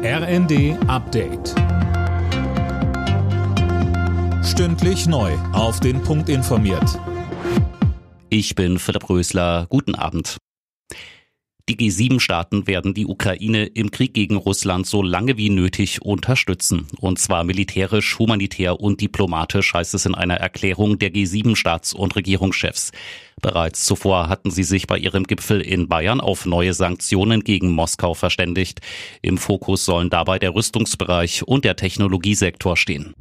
RND Update. Stündlich neu auf den Punkt informiert. Ich bin Philipp Rösler. Guten Abend. Die G7-Staaten werden die Ukraine im Krieg gegen Russland so lange wie nötig unterstützen. Und zwar militärisch, humanitär und diplomatisch, heißt es in einer Erklärung der G7-Staats- und Regierungschefs. Bereits zuvor hatten sie sich bei ihrem Gipfel in Bayern auf neue Sanktionen gegen Moskau verständigt. Im Fokus sollen dabei der Rüstungsbereich und der Technologiesektor stehen.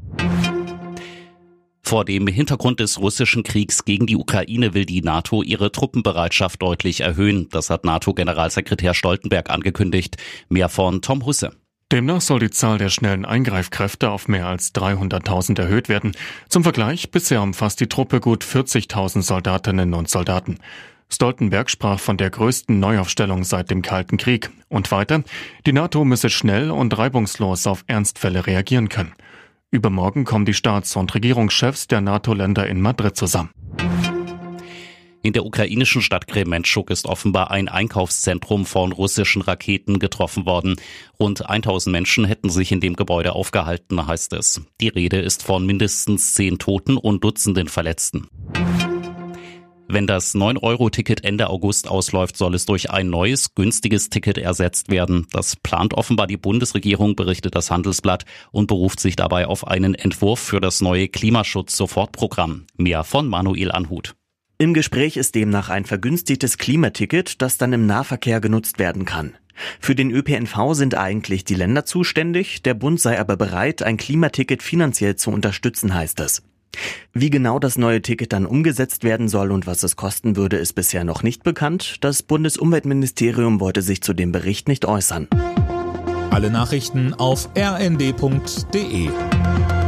Vor dem Hintergrund des russischen Kriegs gegen die Ukraine will die NATO ihre Truppenbereitschaft deutlich erhöhen. Das hat NATO-Generalsekretär Stoltenberg angekündigt. Mehr von Tom Husse. Demnach soll die Zahl der schnellen Eingreifkräfte auf mehr als 300.000 erhöht werden. Zum Vergleich, bisher umfasst die Truppe gut 40.000 Soldatinnen und Soldaten. Stoltenberg sprach von der größten Neuaufstellung seit dem Kalten Krieg. Und weiter, die NATO müsse schnell und reibungslos auf Ernstfälle reagieren können. Übermorgen kommen die Staats- und Regierungschefs der NATO-Länder in Madrid zusammen. In der ukrainischen Stadt Krementschuk ist offenbar ein Einkaufszentrum von russischen Raketen getroffen worden. Rund 1000 Menschen hätten sich in dem Gebäude aufgehalten, heißt es. Die Rede ist von mindestens 10 Toten und Dutzenden Verletzten. Wenn das 9-Euro-Ticket Ende August ausläuft, soll es durch ein neues, günstiges Ticket ersetzt werden. Das plant offenbar die Bundesregierung, berichtet das Handelsblatt, und beruft sich dabei auf einen Entwurf für das neue Klimaschutz-Sofortprogramm. Mehr von Manuel Anhut. Im Gespräch ist demnach ein vergünstigtes Klimaticket, das dann im Nahverkehr genutzt werden kann. Für den ÖPNV sind eigentlich die Länder zuständig, der Bund sei aber bereit, ein Klimaticket finanziell zu unterstützen, heißt es. Wie genau das neue Ticket dann umgesetzt werden soll und was es kosten würde, ist bisher noch nicht bekannt. Das Bundesumweltministerium wollte sich zu dem Bericht nicht äußern. Alle Nachrichten auf rnd.de.